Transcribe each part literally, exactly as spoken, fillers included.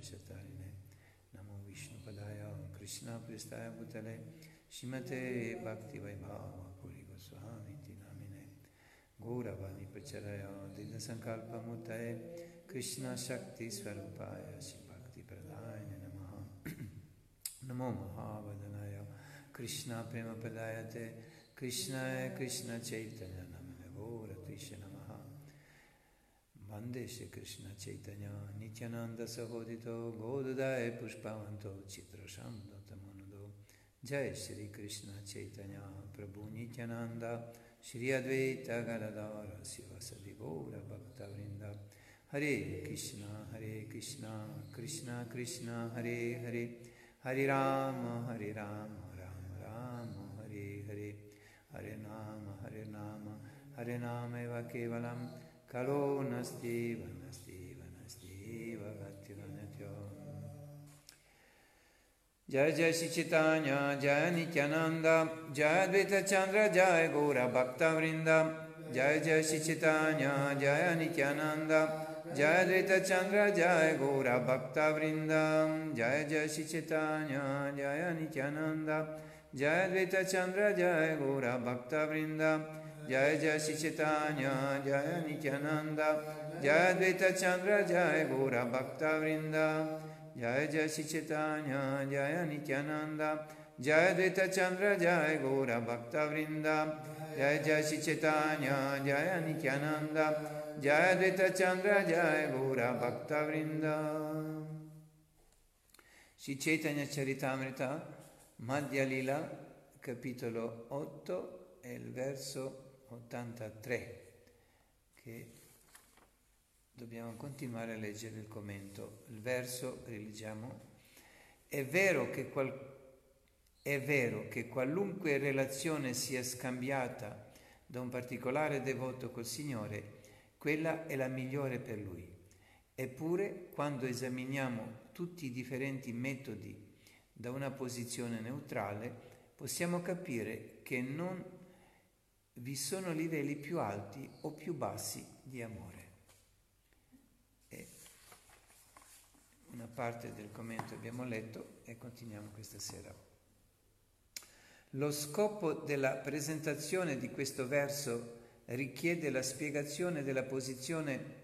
Chatarine, Namo Vishnu Padaya, Krishna Pristaya Bhutale, Shimate Bhakti Vaibhava Puri Goswami Namine, Gauravani Pracharaya, Dina Sankalpa Mutae, Krishna Shakti Swarupaya, Shibhakti Pradayane Namaha, Namo Mahavadhanaya, Krishna Prema Padayate, Krishna Krishna Chaitanya Namane Gauratisha Namaha, Vande Shri Krishna Chaitanya, Nityananda Sahodito, Godadae Pushpavanto, Chitrashamdo Tamonudo, Jai Shri Krishna Chaitanya, Prabhu Nityananda, Shri Advaita Gadadara, Sivasadi Gaura Bhakta Vrinda, Hare Krishna, Hare Krishna, Krishna Krishna, Hare Hare, Hare Rama, Hare Rama, Rama Rama, Hare Hare, Hare Nama, Hare Nama, Hare Nama Eva Kevalam, Kalo Nasti Vanasti Vanasti Bhaktivanatyo. Jai Jai Shri Chaitanya, Jai Nityananda, Jai Advaita Chandra, Jai Gaura Bhakta Vrinda, Jai Jai Shri Chaitanya, Jai Nityananda, Jai Advaita Chandra, Jai Gaura Bhakta Vrinda, Jai Jai Shri Chaitanya, Jai Nityananda, Jai Advaita Chandra, Jai Gaura Bhakta Vrinda, Jai Jai Shri Chaitanya, Jai Nityananda, Jai Advaita Chandra, Jai Gaura Bhakta Vrinda, Jai Jai Shri Chaitanya, Jai Nityananda, Jai Advaita Chandra, Jai Gaura Bhakta Vrinda, Jai Jai Shri Chaitanya, Jai Nityananda, Jai Advaita Chandra, Jai Gaura Bhakta Vrinda. Shri Chaitanya Charitamrita, Madhya Lila, capitolo otto, e il verso ottantatré, che dobbiamo continuare a leggere il commento. Il verso, rileggiamo: è vero che, qual- è vero che qualunque relazione sia scambiata da un particolare devoto col Signore, quella è la migliore per Lui. Eppure, quando esaminiamo tutti i differenti metodi da una posizione neutrale, possiamo capire che non vi sono livelli più alti o più bassi di amore. E una parte del commento abbiamo letto e continuiamo questa sera. Lo scopo della presentazione di questo verso richiede la spiegazione della posizione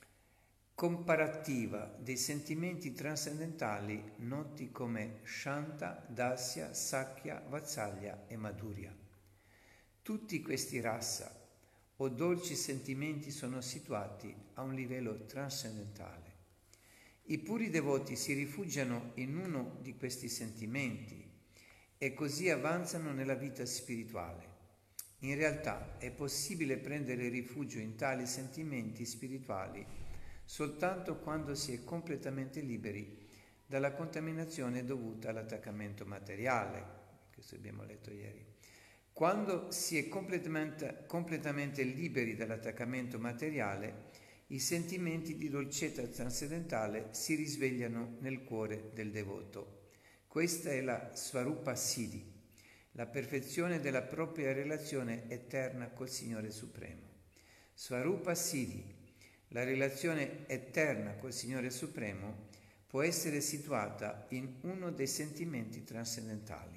comparativa dei sentimenti trascendentali noti come Shanta, Dasya, Sakya, Vatsalya e Madhurya. Tutti questi rasa o dolci sentimenti sono situati a un livello trascendentale. I puri devoti si rifugiano in uno di questi sentimenti e così avanzano nella vita spirituale. In realtà è possibile prendere rifugio in tali sentimenti spirituali soltanto quando si è completamente liberi dalla contaminazione dovuta all'attaccamento materiale. Questo abbiamo letto ieri. Quando si è completamente, completamente liberi dall'attaccamento materiale, i sentimenti di dolcezza trascendentale si risvegliano nel cuore del devoto. Questa è la Svarupa Siddhi, la perfezione della propria relazione eterna col Signore Supremo. Svarupa Siddhi, la relazione eterna col Signore Supremo, può essere situata in uno dei sentimenti trascendentali.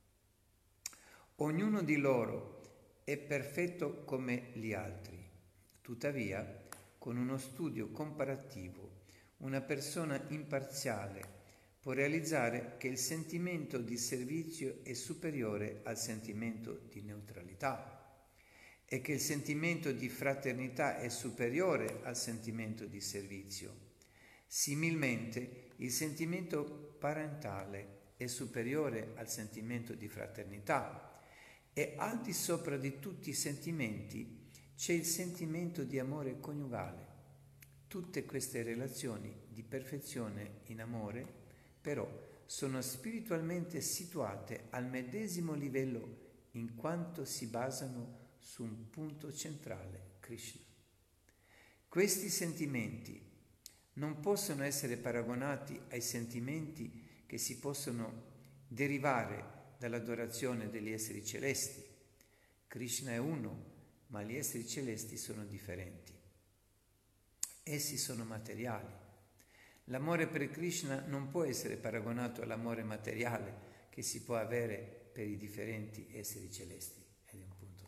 Ognuno di loro è perfetto come gli altri. Tuttavia, con uno studio comparativo, una persona imparziale può realizzare che il sentimento di servizio è superiore al sentimento di neutralità e che il sentimento di fraternità è superiore al sentimento di servizio. Similmente, il sentimento parentale è superiore al sentimento di fraternità e al di sopra di tutti i sentimenti c'è il sentimento di amore coniugale. Tutte queste relazioni di perfezione in amore, però, sono spiritualmente situate al medesimo livello in quanto si basano su un punto centrale, Krishna. Questi sentimenti non possono essere paragonati ai sentimenti che si possono derivare dall'adorazione degli esseri celesti. Krishna è uno, ma gli esseri celesti sono differenti. Essi sono materiali. L'amore per Krishna non può essere paragonato all'amore materiale che si può avere per i differenti esseri celesti. Ed è un punto.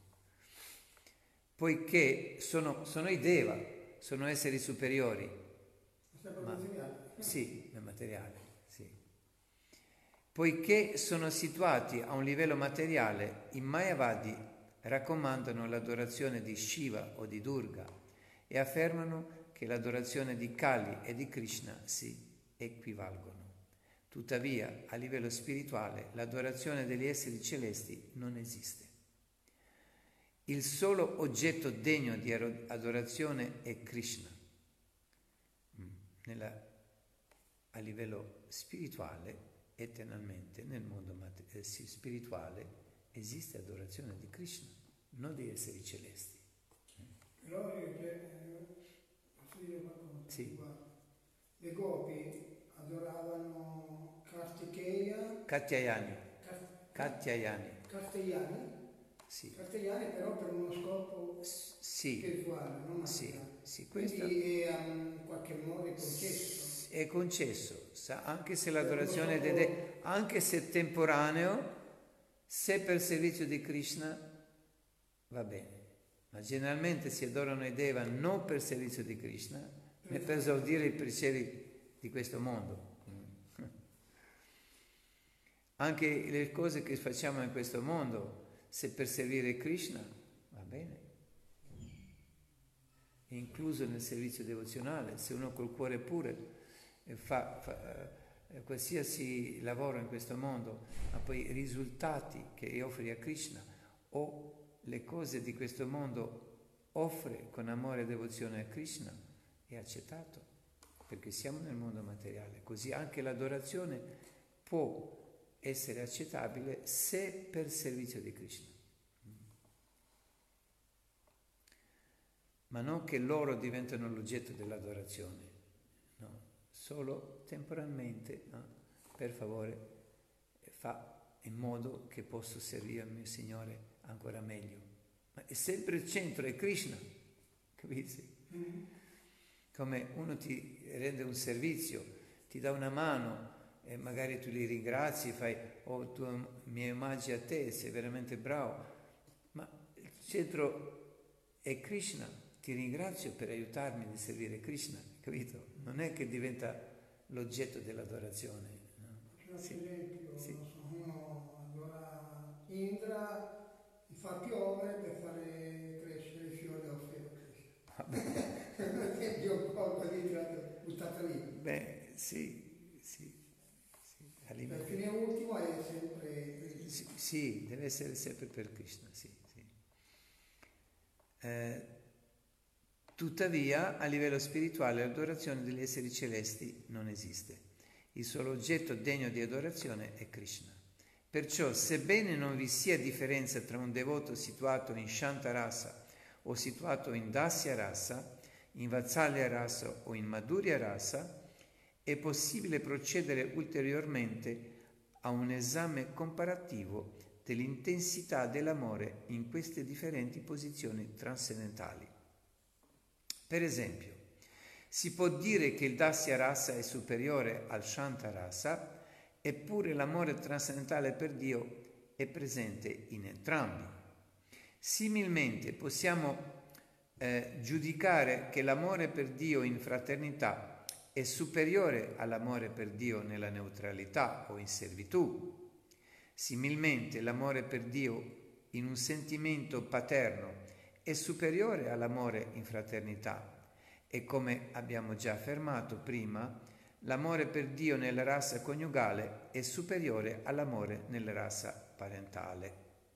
Poiché sono, sono i Deva, sono esseri superiori. Ma, sì, nel materiale, sì. Poiché sono situati a un livello materiale, i Mayavadi raccomandano l'adorazione di Shiva o di Durga e affermano che l'adorazione di Kali e di Krishna si equivalgono. Tuttavia, a livello spirituale, l'adorazione degli esseri celesti non esiste. Il solo oggetto degno di adorazione è Krishna. Nella, a livello spirituale, eternamente, nel mondo eh, spirituale, esiste adorazione di Krishna, non di esseri celesti. Però io, eh, posso dire qualcosa? Sì. Le gopi adoravano Kartikeya, Katyayani. Kart- Katyayani. Karteyani, Sì. Karteyani però per uno scopo sì. spirituale, non sì. materiale. Sì. Quindi Questo è in qualche modo è concesso. È concesso, anche se l'adorazione dei dei, anche se temporaneo, se per servizio di Krishna va bene. Ma generalmente si adorano i Deva non per servizio di Krishna, ma per esaudire i piaceri di questo mondo. Anche le cose che facciamo in questo mondo, se per servire Krishna, va bene. È incluso nel servizio devozionale. Se uno col cuore pure fa, fa eh, qualsiasi lavoro in questo mondo, ma poi i risultati che offri a Krishna o le cose di questo mondo offre con amore e devozione a Krishna, è accettato, perché siamo nel mondo materiale. Così anche l'adorazione può essere accettabile se per servizio di Krishna. Ma non che loro diventano l'oggetto dell'adorazione, no, solo temporalmente, no? Per favore, fa in modo che posso servire al mio Signore ancora meglio. Ma è sempre il centro, è Krishna, capisci? Mm-hmm. Come uno ti rende un servizio, ti dà una mano e magari tu li ringrazi, fai, oh tu mi omaggi a te, sei veramente bravo, ma il centro è Krishna. Ti ringrazio per aiutarmi a servire Krishna, capito? Non è che diventa l'oggetto dell'adorazione. No? Per sì. esempio, sì. uno adora Indra, gli fa piovere per fare crescere i fiori al fiore Krishna. Per esempio, un po' così buttata lì. Beh, sì, sì. sì. Per fine ultimo è sempre... Sì, sì, deve essere sempre per Krishna, sì. sì. Eh, Tuttavia, a livello spirituale, l'adorazione degli esseri celesti non esiste. Il solo oggetto degno di adorazione è Krishna. Perciò, sebbene non vi sia differenza tra un devoto situato in Shanta Rasa o situato in Dasya Rasa, in Vatsalya Rasa o in Madhurya Rasa, è possibile procedere ulteriormente a un esame comparativo dell'intensità dell'amore in queste differenti posizioni trascendentali. Per esempio, si può dire che il Dasya Rasa è superiore al Shanta Rasa, eppure l'amore trascendentale per Dio è presente in entrambi. Similmente possiamo eh, giudicare che l'amore per Dio in fraternità è superiore all'amore per Dio nella neutralità o in servitù. Similmente l'amore per Dio in un sentimento paterno è superiore all'amore in fraternità e, come abbiamo già affermato prima, l'amore per Dio nella razza coniugale è superiore all'amore nella razza parentale.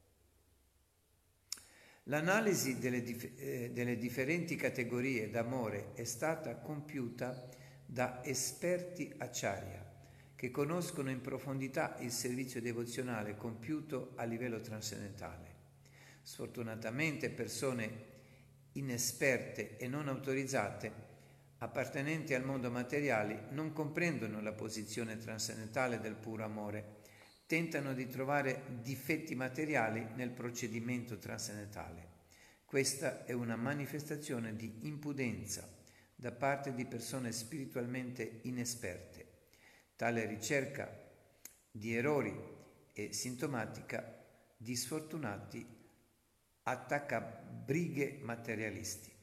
L'analisi delle, dif- eh, delle differenti categorie d'amore è stata compiuta da esperti acharya che conoscono in profondità il servizio devozionale compiuto a livello trascendentale. Sfortunatamente persone inesperte e non autorizzate, appartenenti al mondo materiale, non comprendono la posizione trascendentale del puro amore, tentano di trovare difetti materiali nel procedimento trascendentale. Questa è una manifestazione di impudenza da parte di persone spiritualmente inesperte. Tale ricerca di errori è sintomatica di sfortunati attaccabrighe materialisti.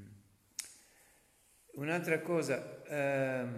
Un'altra cosa, ehm,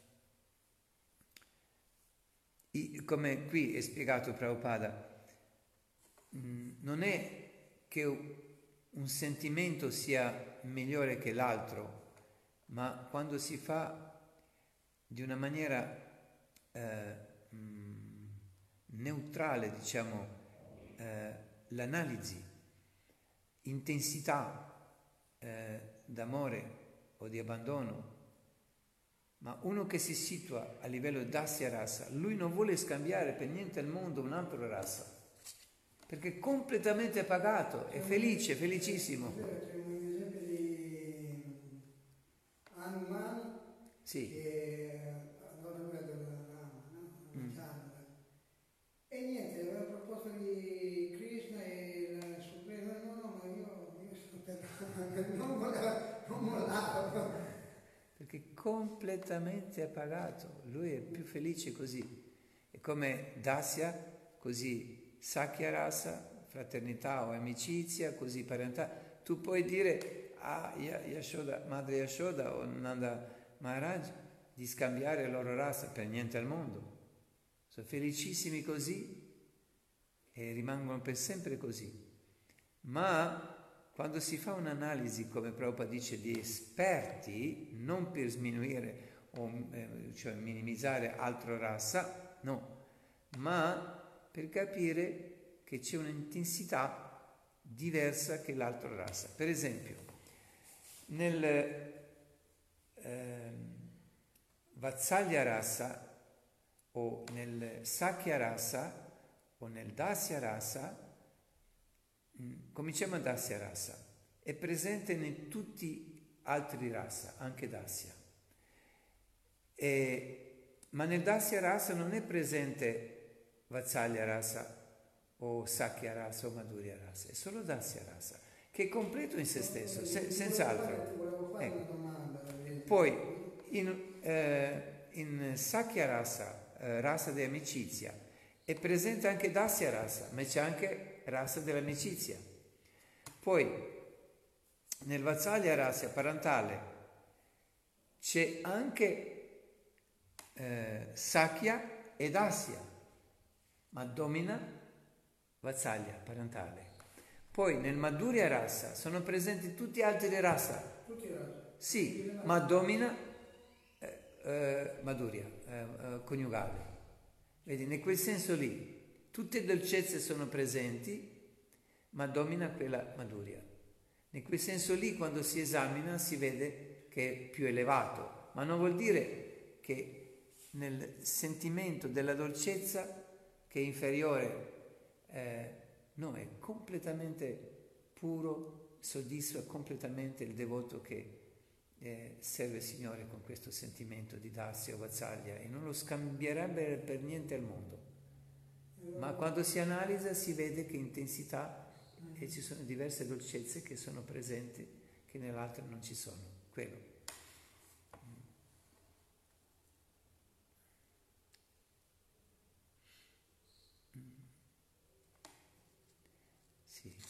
come qui è spiegato Prabhupada, non è che un sentimento sia migliore che l'altro, ma quando si fa di una maniera eh, neutrale, diciamo, eh, l'analisi, intensità eh, d'amore o di abbandono, ma uno che si situa a livello d'asya rasa, lui non vuole scambiare per niente al mondo un'altra rasa, perché è completamente pagato, è felice, felicissimo. C'è un esempio di Hanuman, sì. che allora lui adora Rama, no? Mm. E niente, aveva proposto di Krishna e il Supremo, no, no, ma io, io sono per Rama, non voleva, non mollava. Perché è completamente appagato, lui è più felice così. È come Dasya, così Sakya rasa, fraternità o amicizia, così parentà. Tu puoi dire a Yashoda, madre Yashoda o Nanda Maharaj di scambiare la loro rasa per niente al mondo. Sono felicissimi così e rimangono per sempre così. Ma quando si fa un'analisi, come Prabhupada dice, di esperti, non per sminuire o eh, cioè minimizzare altra razza, no, ma per capire che c'è un'intensità diversa che l'altra razza. Per esempio, nel eh, Vatsalya rasa o nel Sakya rasa o nel Dasya rasa, cominciamo da Dasya rasa, è presente in tutti gli altri rasa, anche Dasya. E, ma nel Dasya rasa non è presente Vatsalya rasa o Sakya rasa o Madhurya rasa, è solo Dasya rasa, che è completo in se stesso, se, senz'altro. Ecco. Poi in, eh, in Sakya rasa, eh, rasa di amicizia, è presente anche Dasya rasa, ma c'è anche rasa dell'amicizia. Poi nel Vatsalya rasa parentale c'è anche eh, Sakya ed Dasya, ma domina Vatsalya parentale. Poi nel Madhurya rasa sono presenti tutti gli altri rasa. Tutti rasa. Sì, ma domina eh, eh, Madhurya, eh, eh, coniugale. Vedi, in quel senso lì tutte le dolcezze sono presenti, ma domina quella Madhurya. In quel senso lì, quando si esamina, si vede che è più elevato, ma non vuol dire che nel sentimento della dolcezza, che è inferiore, eh, no, è completamente puro, soddisfa completamente il devoto che eh, serve il Signore con questo sentimento di Dasya o Vatsalya e non lo scambierebbe per niente al mondo. Ma quando si analizza si vede che intensità e ci sono diverse dolcezze che sono presenti che nell'altro non ci sono. Quello. Sì.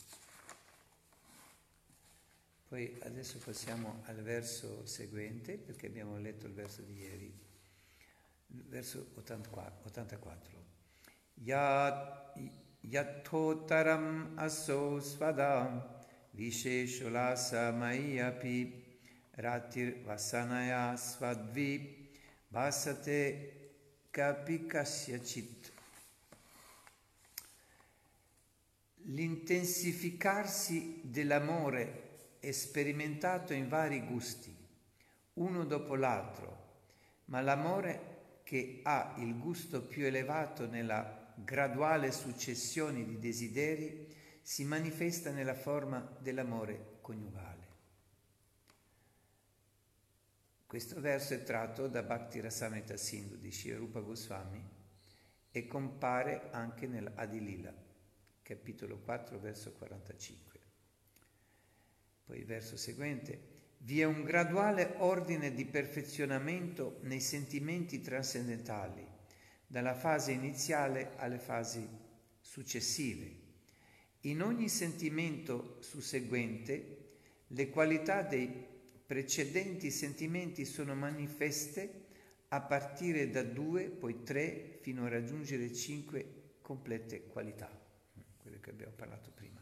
Poi adesso passiamo al verso seguente, perché abbiamo letto il verso di ieri, il verso ottantaquattro. Yat Yathotaram asso svada vishesholasa maiyapi ratir vasanaya svadvi vasate kapikasya chit. L'intensificarsi dell'amore è sperimentato in vari gusti, uno dopo l'altro, ma l'amore che ha il gusto più elevato nella graduale successione di desideri si manifesta nella forma dell'amore coniugale. Questo verso è tratto da Bhakti Rasamrita Sindhu di Srila Rupa Goswami e compare anche nell'Adilila, capitolo quattro, verso quarantacinque. Poi il verso seguente: Vi è un graduale ordine di perfezionamento nei sentimenti trascendentali, dalla fase iniziale alle fasi successive. In ogni sentimento susseguente, le qualità dei precedenti sentimenti sono manifeste a partire da due, poi tre, fino a raggiungere cinque complete qualità, quelle che abbiamo parlato prima.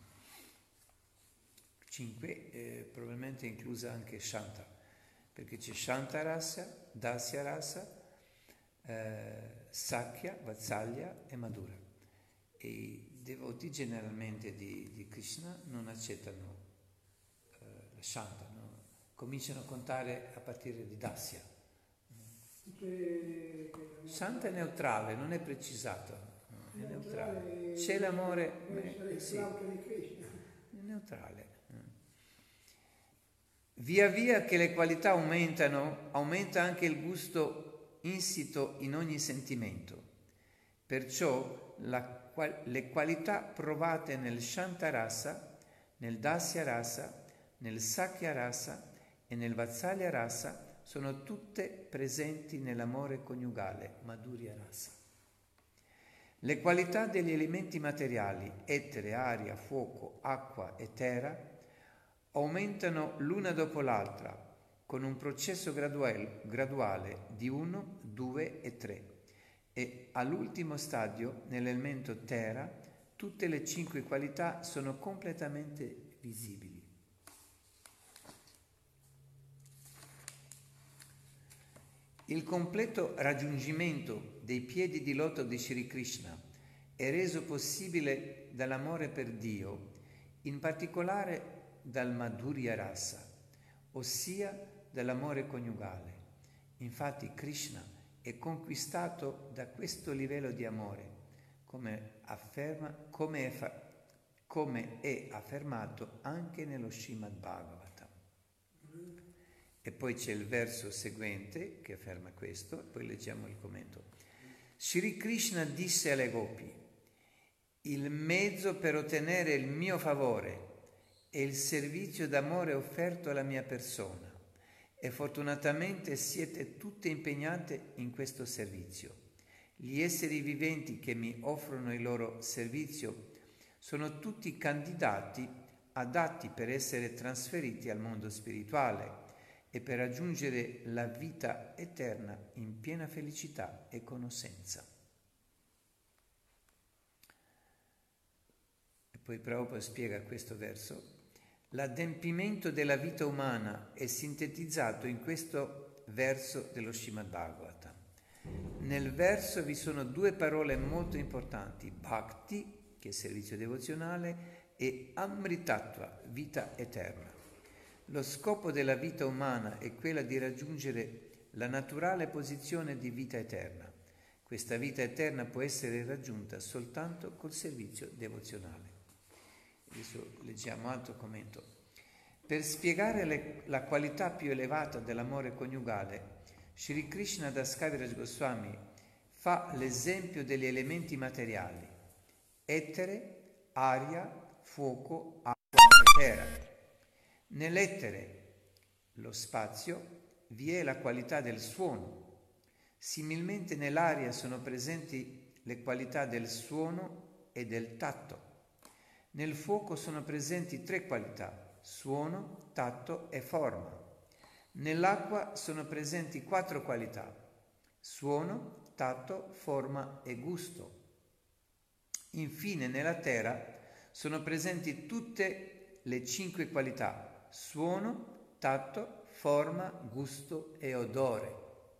cinque, eh, probabilmente inclusa anche Shanta, perché c'è Shanta Rasa, Dasya Rasa, eh, Sakya, Vatsalya e Madhura. E i devoti generalmente di, di Krishna non accettano eh, la Shanta, no? Cominciano a contare a partire di Dasya. Shanta è neutrale, non è precisato, no, è neutrale. C'è l'amore, ma, sì, è neutrale. Via via che le qualità aumentano, aumenta anche il gusto insito in ogni sentimento. Perciò la, le qualità provate nel Shanta Rasa, nel Dasya Rasa, nel Sakya Rasa e nel Vatsalya Rasa sono tutte presenti nell'amore coniugale, Madhurya Rasa. Le qualità degli elementi materiali, etere, aria, fuoco, acqua e terra, aumentano l'una dopo l'altra con un processo graduale, graduale di uno, due e tre e all'ultimo stadio, nell'elemento terra, tutte le cinque qualità sono completamente visibili. Il completo raggiungimento dei piedi di loto di Sri Krishna è reso possibile dall'amore per Dio, in particolare dal Madhurya Rasa, ossia dall'amore coniugale. Infatti Krishna è conquistato da questo livello di amore, come, afferma, come, è, fa, come è affermato anche nello Srimad Bhagavatam. E poi c'è il verso seguente che afferma questo, e poi leggiamo il commento. Sri Krishna disse alle gopi: il mezzo per ottenere il mio favore è il servizio d'amore offerto alla mia persona e fortunatamente siete tutte impegnate in questo servizio. Gli esseri viventi che mi offrono il loro servizio sono tutti candidati adatti per essere trasferiti al mondo spirituale e per raggiungere la vita eterna in piena felicità e conoscenza. E poi Prabhupada spiega questo verso. L'adempimento della vita umana è sintetizzato in questo verso dello Srimad Bhagavatam. Nel verso vi sono due parole molto importanti, bhakti, che è servizio devozionale, e amritattva, vita eterna. Lo scopo della vita umana è quella di raggiungere la naturale posizione di vita eterna. Questa vita eterna può essere raggiunta soltanto col servizio devozionale. Adesso leggiamo altro commento. Per spiegare le, la qualità più elevata dell'amore coniugale, Sri Krishna Das Kaviraj Goswami fa l'esempio degli elementi materiali, etere, aria, fuoco, acqua e terra. Nell'etere, lo spazio, vi è la qualità del suono. Similmente nell'aria sono presenti le qualità del suono e del tatto. Nel fuoco sono presenti tre qualità, suono, tatto e forma. Nell'acqua sono presenti quattro qualità, suono, tatto, forma e gusto. Infine nella terra sono presenti tutte le cinque qualità, suono, tatto, forma, gusto e odore.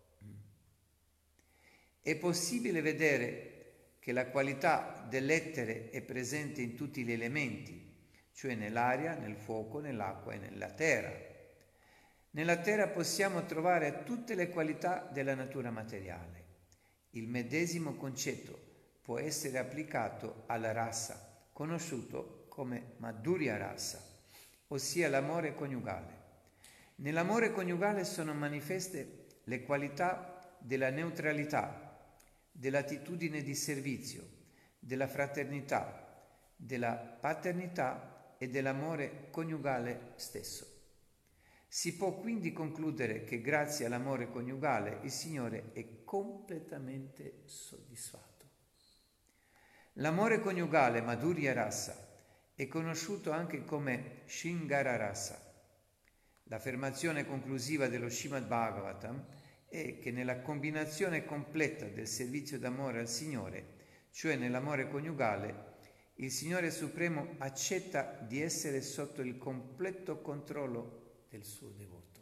È possibile vedere che la qualità dell'etere è presente in tutti gli elementi, cioè nell'aria, nel fuoco, nell'acqua e nella terra. Nella terra possiamo trovare tutte le qualità della natura materiale. Il medesimo concetto può essere applicato alla rasa, conosciuto come Madhurya Rasa, ossia l'amore coniugale. Nell'amore coniugale sono manifeste le qualità della neutralità, dell'attitudine di servizio, della fraternità, della paternità e dell'amore coniugale stesso. Si può quindi concludere che grazie all'amore coniugale il Signore è completamente soddisfatto. L'amore coniugale Madhurya Rasa è conosciuto anche come Shringara Rasa. L'affermazione conclusiva dello Srimad Bhagavatam è che nella combinazione completa del servizio d'amore al Signore, cioè nell'amore coniugale, il Signore Supremo accetta di essere sotto il completo controllo del suo devoto.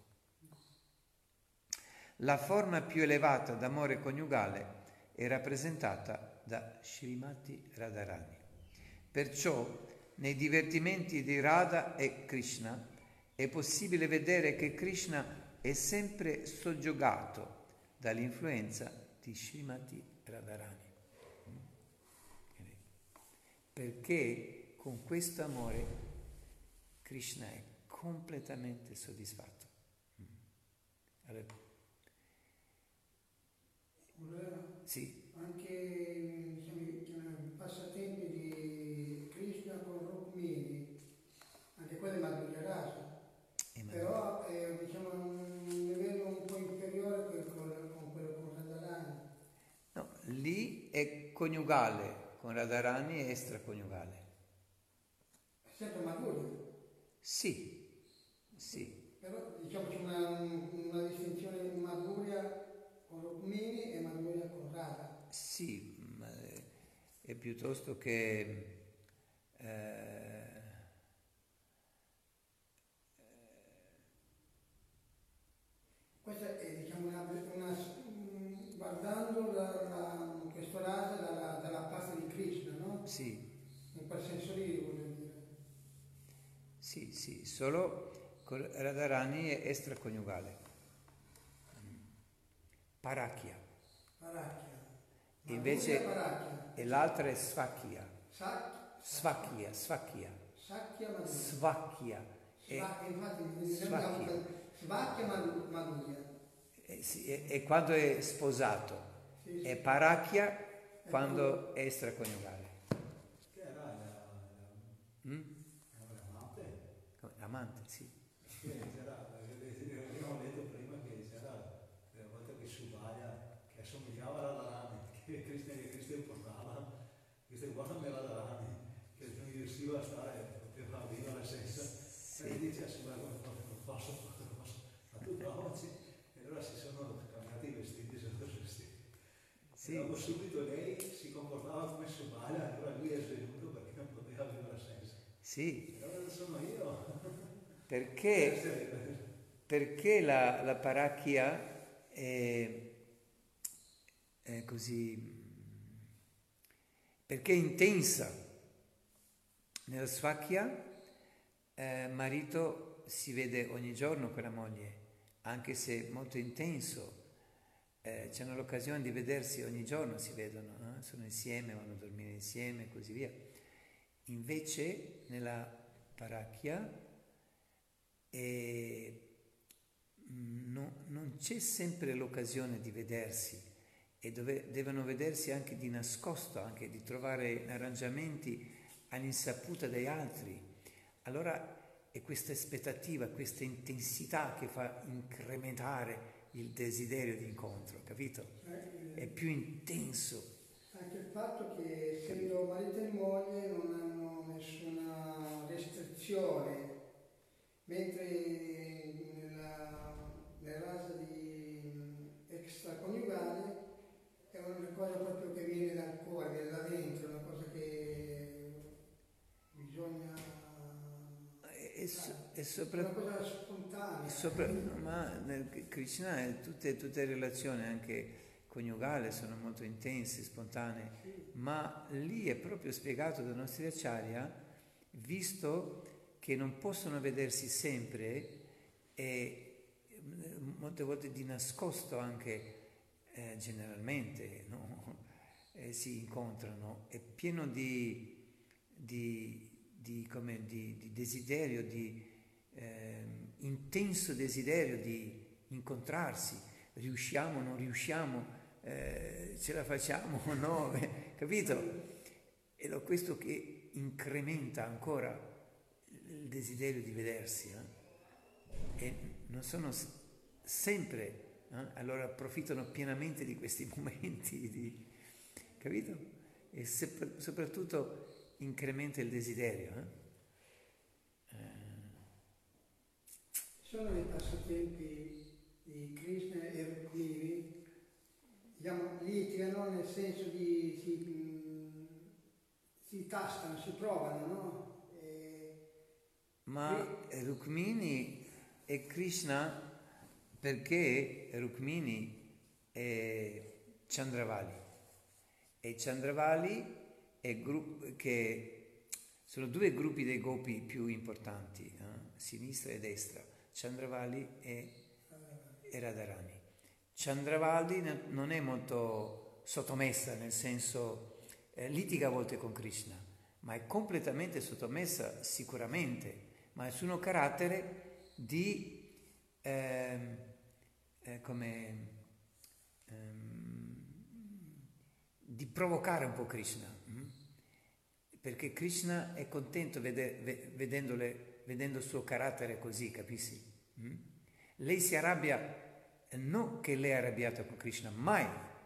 La forma più elevata d'amore coniugale è rappresentata da Srimati Radharani. Perciò, nei divertimenti di Radha e Krishna, è possibile vedere che Krishna è sempre soggiogato dall'influenza di Srimati Radharani. Perché con questo amore Krishna è completamente soddisfatto. Allora, Allora, sì. anche diciamo, i passatempi di Krishna con Rukmini, anche quello è Madhurya Rasa, però è diciamo, un livello un po' inferiore che con, con quello con Radharani. No, lì è coniugale. Con Radharani è extraconiugale. È sempre Madhurya? Sì, sì. Però diciamo c'è una, una distinzione di Madhurya con Rukmini e Madhurya con Radha. Sì, ma è piuttosto che... Eh, Questa è diciamo una, una guardando la, la, questo rasa dalla, dalla parte di Krishna, no? Sì. In quel senso lì voglio dire. Sì, sì, solo con Radharani è extraconiugale. Parakya. Parakya. E invece Parakya. e l'altra è Svakya. Sak- Svakya, Svakya. Sakya Madhurya. Svakya. Sva- infatti mi Svakya. sembrava Svakya Madhurya. Eh, sì, è, è quando è sposato. Sì, sì. È Parakya quando è extraconiugale. Che era la, Mm? l'amante? Amante, sì. Sì, c'era, abbiamo detto prima che c'era una volta che Subhaya, che assomigliava a Radharani, che Cristo, Cristo portava, Cristo guarda me Radharani, che non riusciva a stare, poteva vivere la senza, Sì. e dice assomigliava come non posso, non posso, ma tu provaci, e allora si sono cambiati i vestiti, sono vestiti. Sì. E dopo subito lei si comportava come Subhaya, allora lui è svenuto perché non poteva vivere la senza. Sì. E allora sono io. Perché, perché la, la Parakya è, è così, perché è intensa. Nella Svakya eh, marito si vede ogni giorno con la moglie, anche se molto intenso. Eh, c'hanno l'occasione di vedersi ogni giorno, si vedono, no? Sono insieme, vanno a dormire insieme e così via. Invece nella Parakya e no, non c'è sempre l'occasione di vedersi e dove, devono vedersi anche di nascosto, anche di trovare arrangiamenti all'insaputa degli altri. Allora è questa aspettativa, questa intensità che fa incrementare il desiderio di incontro, capito? È più intenso. Anche il fatto che essendo marito e moglie non hanno nessuna restrizione, mentre nella, nella rasa di extraconiugale è una cosa proprio che viene dal cuore, viene da dentro, una cosa che bisogna... È, so, è sopra, una cosa spontanea. è sopra, ma nel Krishna è tutte, tutte le relazioni anche coniugale sono molto intense, spontanee, sì. Ma lì è proprio spiegato dai nostri acharya, visto che non possono vedersi sempre e molte volte di nascosto anche eh, generalmente, no? eh, si incontrano, è pieno di, di, di, come, di, di desiderio, di eh, intenso desiderio di incontrarsi, riusciamo, non riusciamo, eh, ce la facciamo o no, capito? Ed è questo che incrementa ancora il desiderio di vedersi, eh? E non sono s- sempre, eh? Allora approfittano pienamente di questi momenti, di, capito? E se- soprattutto incrementa il desiderio. Eh? Sono i passatempi di Krishna e Rukmini, diciamo, litigano nel senso di si, mh, si tastano, si provano, no? E, Ma Rukmini e Krishna, perché Rukmini è Chandravali e Chandravali è gru- che sono due gruppi dei gopi più importanti, eh? Sinistra e destra, Chandravali e, e Radharani. Chandravali non è molto sottomessa, nel senso eh, litiga a volte con Krishna, ma è completamente sottomessa sicuramente, ma il suo carattere di ehm, eh, come ehm, di provocare un po' Krishna, hm? Perché Krishna è contento vede, ve, vedendole, vedendo il suo carattere così, capisci? Hm? Lei si arrabbia, non che lei è arrabbiata con Krishna, mai,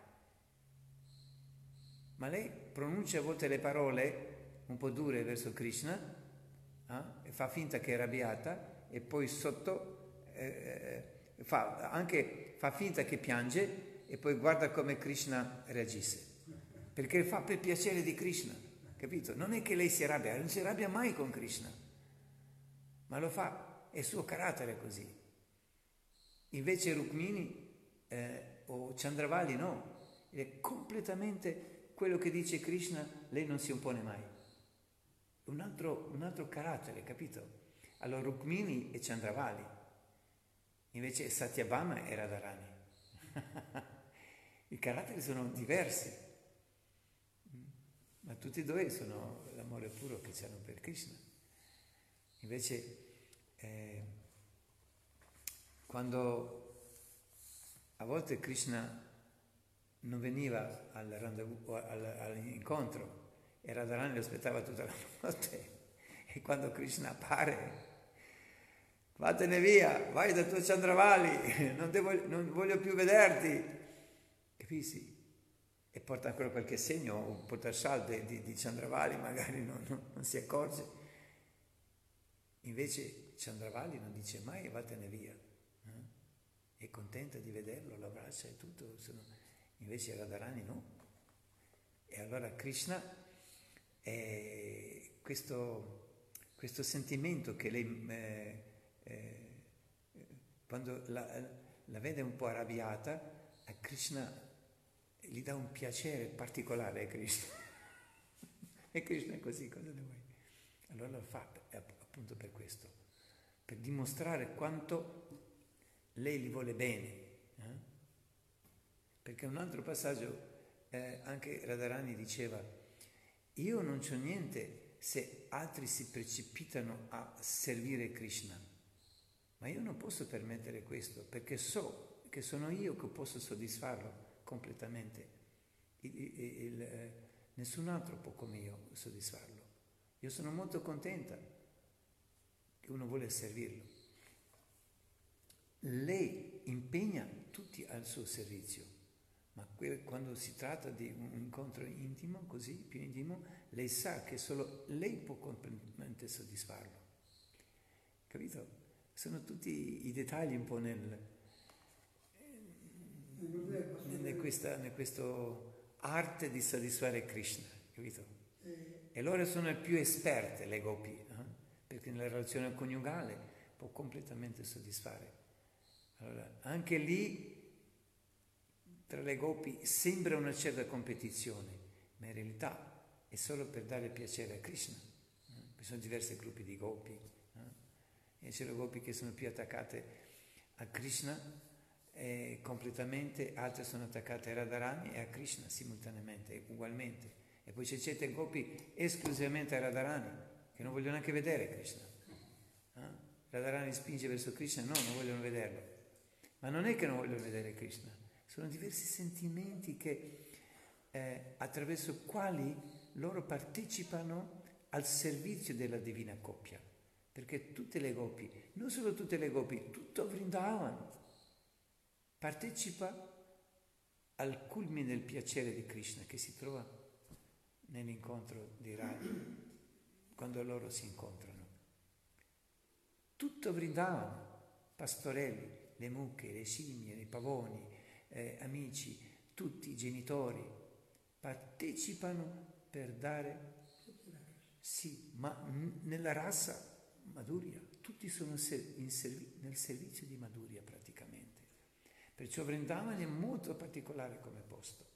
ma lei pronuncia a volte le parole un po' dure verso Krishna, eh? E fa finta che è arrabbiata e poi sotto eh, fa, anche fa finta che piange e poi guarda come Krishna reagisce, perché fa per piacere di Krishna, capito? Non è che lei si arrabbia, non si arrabbia mai con Krishna, ma lo fa, è il suo carattere così. Invece Rukmini eh, o Chandravali no, è completamente quello che dice Krishna, lei non si oppone mai. Un altro, un altro carattere, capito? Allora Rukmini e Chandravali, invece Satyabhama e Radharani. I caratteri sono diversi, ma tutti e due sono l'amore puro che c'hanno per Krishna. Invece eh, quando a volte Krishna non veniva al rendezvous, al, all'incontro e Radharani lo aspettava tutta la notte, e quando Krishna appare, vattene via, vai da tuo Chandravali, non, devo, non voglio più vederti, capisci? E porta ancora qualche segno, un portascialde di, di Chandravali, magari non, non, non si accorge. Invece Chandravali non dice mai vattene via, eh? È contenta di vederlo, lo abbraccia e tutto, sono... invece Radharani no. E allora Krishna è questo, questo sentimento che lei eh, eh, quando la, la vede un po' arrabbiata, a Krishna gli dà un piacere particolare a Krishna. E Krishna è così, cosa ne vuoi? Allora lo fa appunto per questo, per dimostrare quanto lei gli vuole bene. Eh? Perché un altro passaggio, eh, anche Radharani diceva, io non c'ho niente se altri si precipitano a servire Krishna, ma io non posso permettere questo, perché so che sono io che posso soddisfarlo completamente. Il, il, il, eh, nessun altro può come io soddisfarlo. Io sono molto contenta che uno vuole servirlo. Lei impegna tutti al suo servizio, ma que- quando si tratta di un incontro intimo, così, più intimo, lei sa che solo lei può completamente soddisfarlo. Capito? Sono tutti i dettagli un po' nel... in questa, in questo arte di soddisfare Krishna, capito? E loro sono le più esperte, le gopi, eh? Perché nella relazione coniugale può completamente soddisfare. Allora, anche lì, tra le gopi, sembra una certa competizione, ma in realtà è solo per dare piacere a Krishna. Eh? Ci sono diversi gruppi di gopi, eh? E c'è le gopi che sono più attaccate a Krishna, e completamente, altre sono attaccate a Radharani e a Krishna simultaneamente, ugualmente. E poi c'è certe gopi esclusivamente a Radharani, che non vogliono neanche vedere Krishna. Eh? Radharani spinge verso Krishna, no, non vogliono vederlo. Ma non è che non vogliono vedere Krishna, sono diversi sentimenti che, eh, attraverso quali loro partecipano al servizio della divina coppia. perché tutte le gopi, non solo tutte le gopi, tutto Vrindavan partecipa al culmine del piacere di Krishna che si trova nell'incontro di Radha, quando loro si incontrano. Tutto Vrindavan, pastorelli, le mucche, le scimmie, i pavoni, eh, amici, tutti i genitori partecipano per dare, sì, ma n- nella razza Madhurya, tutti sono ser- in servi- nel servizio di Madhurya praticamente. Perciò Vrindavan è molto particolare come posto.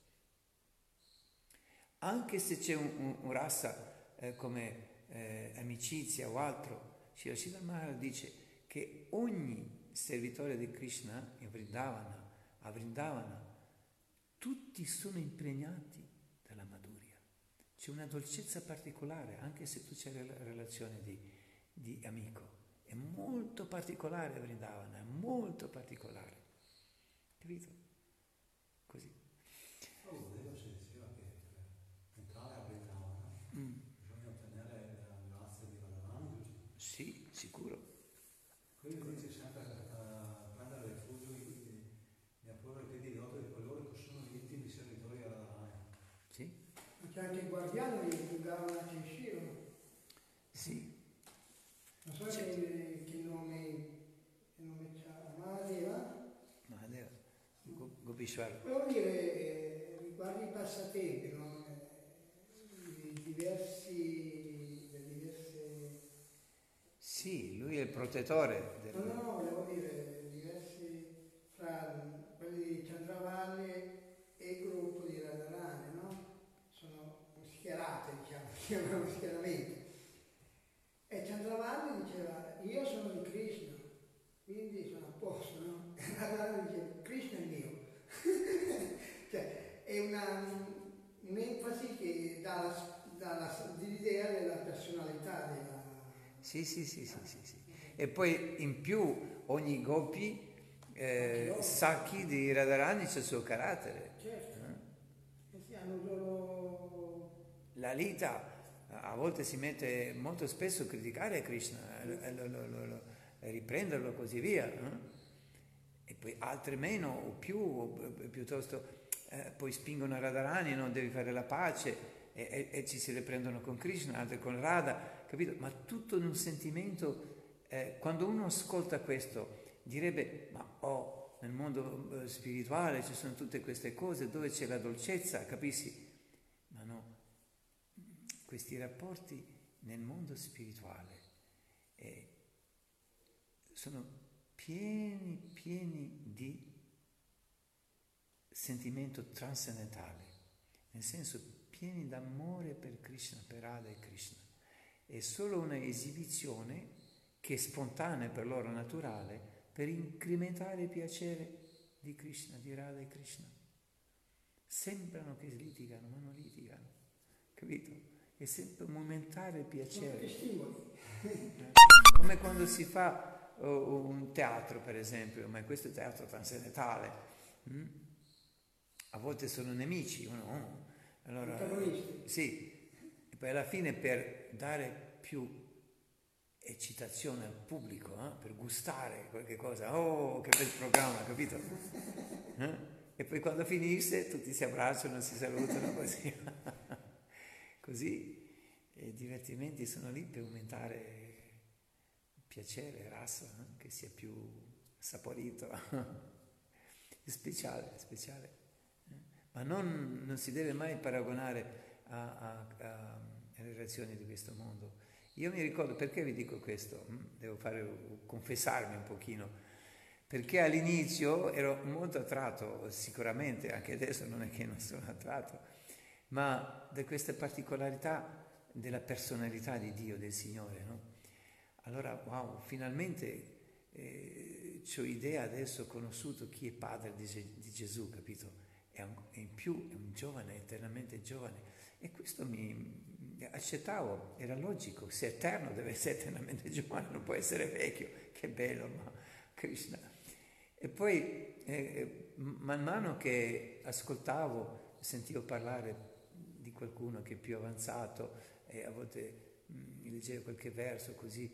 Anche se c'è un, un, un rasa eh, come eh, amicizia o altro, Srila Sridhar Maharaj dice che ogni servitore di Krishna in Vrindavana, a Vrindavana, tutti sono impregnati dalla Madhurya. C'è una dolcezza particolare, anche se tu c'hai la relazione di, di amico. È molto particolare Vrindavana, è molto particolare. Capito? Così. Oh, vedo si diceva che per entrare a Vrindavana mm. bisogna ottenere la grazia di Radharani, giusto? Sì, sicuro. Quello dice sempre a prendere rifugio e a porre i piedi di otto di coloro che sono gli intimi servitori a Radharani. Sì. Ma c'è anche il guardiano di Vrindavana che uscirono. Sì. Non so che, che nome, che nome c'ha, Mahadeva? Mahadeva, Gopishwara. Volevo dire, eh, riguardo i passatempi, no? Eh, i diversi, le diverse... Sì, lui è il protettore. Del... No, no, no, volevo dire, diversi, fra quelli di Chandravalli e il gruppo di Radharani, no? Sono schierate, diciamo, si chiamano schieramenti. E Chandravalli diceva, io sono di Krishna, quindi sono a posto, no? E Radharani diceva, Krishna è mio. Cioè, è una, un'enfasi che dà, la, dà la, l'idea della personalità della... Sì, sì, sì, sì, sì, sì. E poi in più ogni gopi eh, Sakhi di Radharani c'è il suo carattere. Certo, eh? E si hanno il loro... La Lita a volte si mette molto spesso a criticare Krishna, eh, lo, lo, lo, lo, riprenderlo e così via. Eh? E poi altre meno o più, o piuttosto eh, poi spingono Radharani, no? Devi fare la pace e, e, e ci si riprendono con Krishna, altri con Radha, capito? Ma tutto in un sentimento, eh, quando uno ascolta questo direbbe, ma oh, nel mondo spirituale ci sono tutte queste cose dove c'è la dolcezza, capisci? Ma no, questi rapporti nel mondo spirituale eh, sono pieni, pieni di sentimento trascendentale, nel senso pieni d'amore per Krishna, per Radha e Krishna. È solo una esibizione che è spontanea per loro, naturale, per incrementare il piacere di Krishna, di Radha e Krishna. Sembrano che litigano, ma non litigano, capito? È sempre un momentaneo piacere. Come quando si fa uh, un teatro, per esempio, ma questo è teatro trascendentale. Mm? A volte sono nemici, uno, oh. Allora, sì, e poi alla fine per dare più eccitazione al pubblico, eh? Per gustare qualche cosa, oh, che bel programma, capito? Eh? E poi quando finisce tutti si abbracciano, si salutano così. Così i divertimenti sono lì per aumentare il piacere, rasa, eh? Che sia più saporito, è speciale, speciale. Eh? Ma non, non si deve mai paragonare a, a, a, alle relazioni di questo mondo. Io mi ricordo, perché vi dico questo? Devo fare, confessarmi un pochino, perché all'inizio ero molto attratto, sicuramente, anche adesso non è che non sono attratto, ma da questa particolarità della personalità di Dio, del Signore, no? Allora, wow, finalmente eh, ho idea adesso, ho conosciuto chi è padre di, di Gesù, capito? È, un, è in più, è un giovane, eternamente giovane, e questo mi accettavo, era logico, se è eterno deve essere eternamente giovane, non può essere vecchio, che bello, ma Krishna. E poi eh, man mano che ascoltavo, sentivo parlare di qualcuno che è più avanzato e a volte mh, mi leggevo qualche verso così,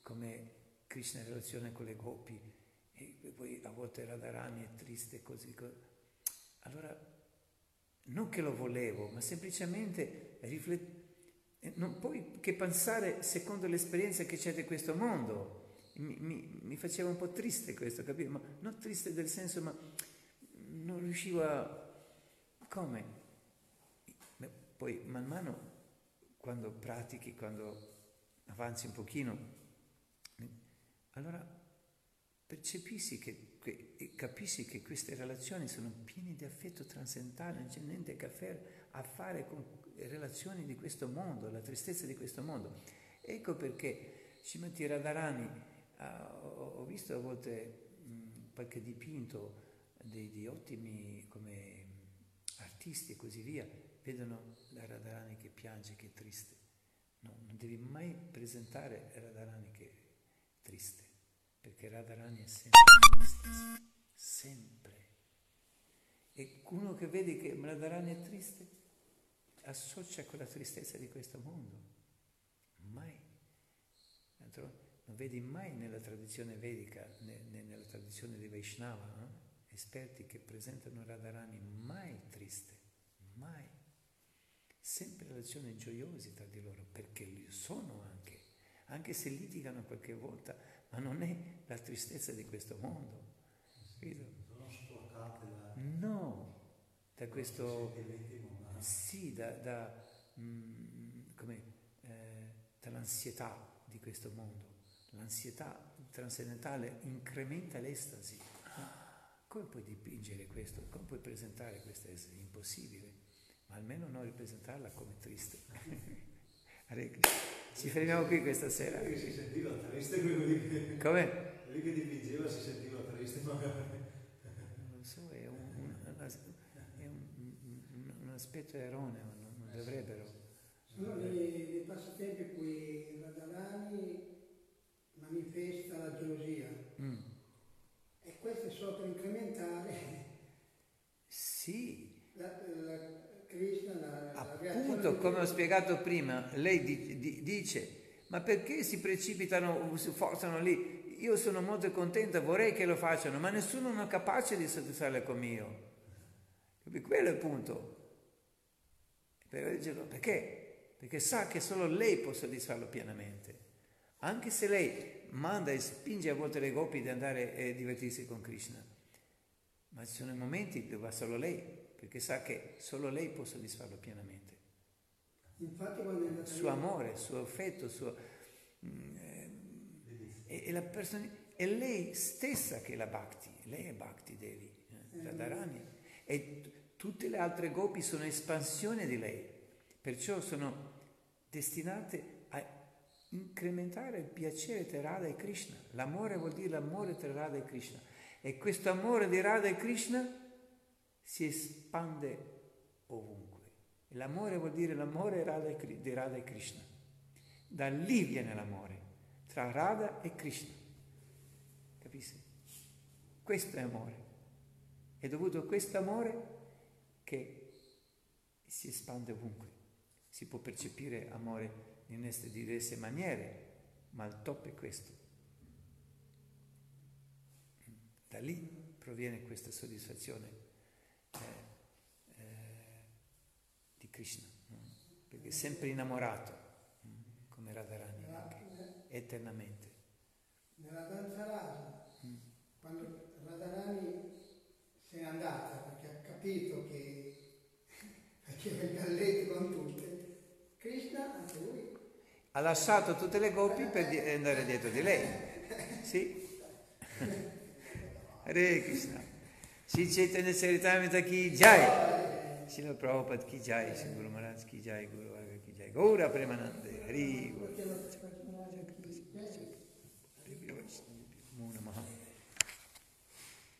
come Krishna in relazione con le gopi, e poi a volte Radharani è triste così, così. Allora, non che lo volevo, ma semplicemente riflettere. Non puoi che pensare secondo l'esperienza che c'è di questo mondo. Mi, mi, mi faceva un po' triste questo, capito? Ma non triste del senso, ma non riuscivo a... Come? Poi man mano, quando pratichi, quando avanzi un pochino, allora percepissi che, che, e capissi che queste relazioni sono piene di affetto trascendentale, non c'è niente a fare con relazioni di questo mondo, la tristezza di questo mondo. Ecco perché Srimati Radharani, uh, ho visto a volte mh, qualche dipinto di, di ottimi come artisti e così via, vedono la Radharani che piange, che è triste. No, non devi mai presentare Radharani che è triste, perché Radharani è sempre triste, sempre. E uno che vede che Radharani è triste, associa con la tristezza di questo mondo. Mai. Non vedi mai nella tradizione vedica, né, né nella tradizione di Vaishnava, eh? esperti che presentano Radharani mai triste, mai. Sempre relazioni gioiose tra di loro, perché li sono anche, anche se litigano qualche volta, ma non è la tristezza di questo mondo. Sono sporcate da... No, da questo... Sì, da, da, mh, come, eh, dall'ansietà di questo mondo. L'ansietà trascendentale incrementa l'estasi. Come puoi dipingere questo? Come puoi presentare questa estasi? Impossibile. Ma almeno non ripresentarla come triste. Ci fermiamo qui questa sera. Lui si sentiva triste, quello lì che... Come? Lui che dipingeva si sentiva triste, ma... Non lo so, è un, un, è un, un, un aspetto erroneo, non, non dovrebbero. Sono dei, dei passatempi in cui Radharani manifesta la gelosia. Mm. E questo è solo per incrementare... Sì. La, la, Krishna, la, appunto, la come ho spiegato prima, lei di, di, dice, ma perché si precipitano, si forzano lì? Io sono molto contenta, vorrei che lo facciano, ma nessuno non è capace di soddisfarle come io. Quello è il punto. Perché? Perché sa che solo lei può soddisfarlo pienamente. Anche se lei manda e spinge a volte le gopi di andare e divertirsi con Krishna. Ma ci sono i momenti dove va solo lei, perché sa che solo lei può soddisfarlo pienamente. Infatti, quando è il suo amore, il suo affetto, il suo, eh, e, e la persona, è lei stessa che è la Bhakti, lei è Bhakti Devi, eh, Radharani, e t- tutte le altre gopi sono espansione di lei, perciò sono destinate a incrementare il piacere tra Radha e Krishna. L'amore vuol dire l'amore tra Radha e Krishna, e questo amore di Radha e Krishna si espande ovunque. L'amore vuol dire l'amore di Radha e Krishna. Da lì viene l'amore, tra Radha e Krishna. Capisci? Questo è amore. È dovuto a questo amore che si espande ovunque. Si può percepire amore in queste diverse maniere, ma il top è questo. Da lì proviene questa soddisfazione Eh, eh, di Krishna, no? Perché è sempre innamorato, mm? come Radharani, anche, eternamente. Nella danza rasa, mm. quando Radharani se n'è andata perché ha capito che faceva il galletto con tutte, Krishna, anche lui, ha lasciato tutte le gopi per di- andare dietro di lei. Sì? Hare Krishna. Shri Chaitanya Charitamrita ki jai, Srila Prabhupada ki jai, Shri Guru Maharaj ki jai, Guru Varga ki jai, Gaura Premanande, Hari Guru. Namo Namaha.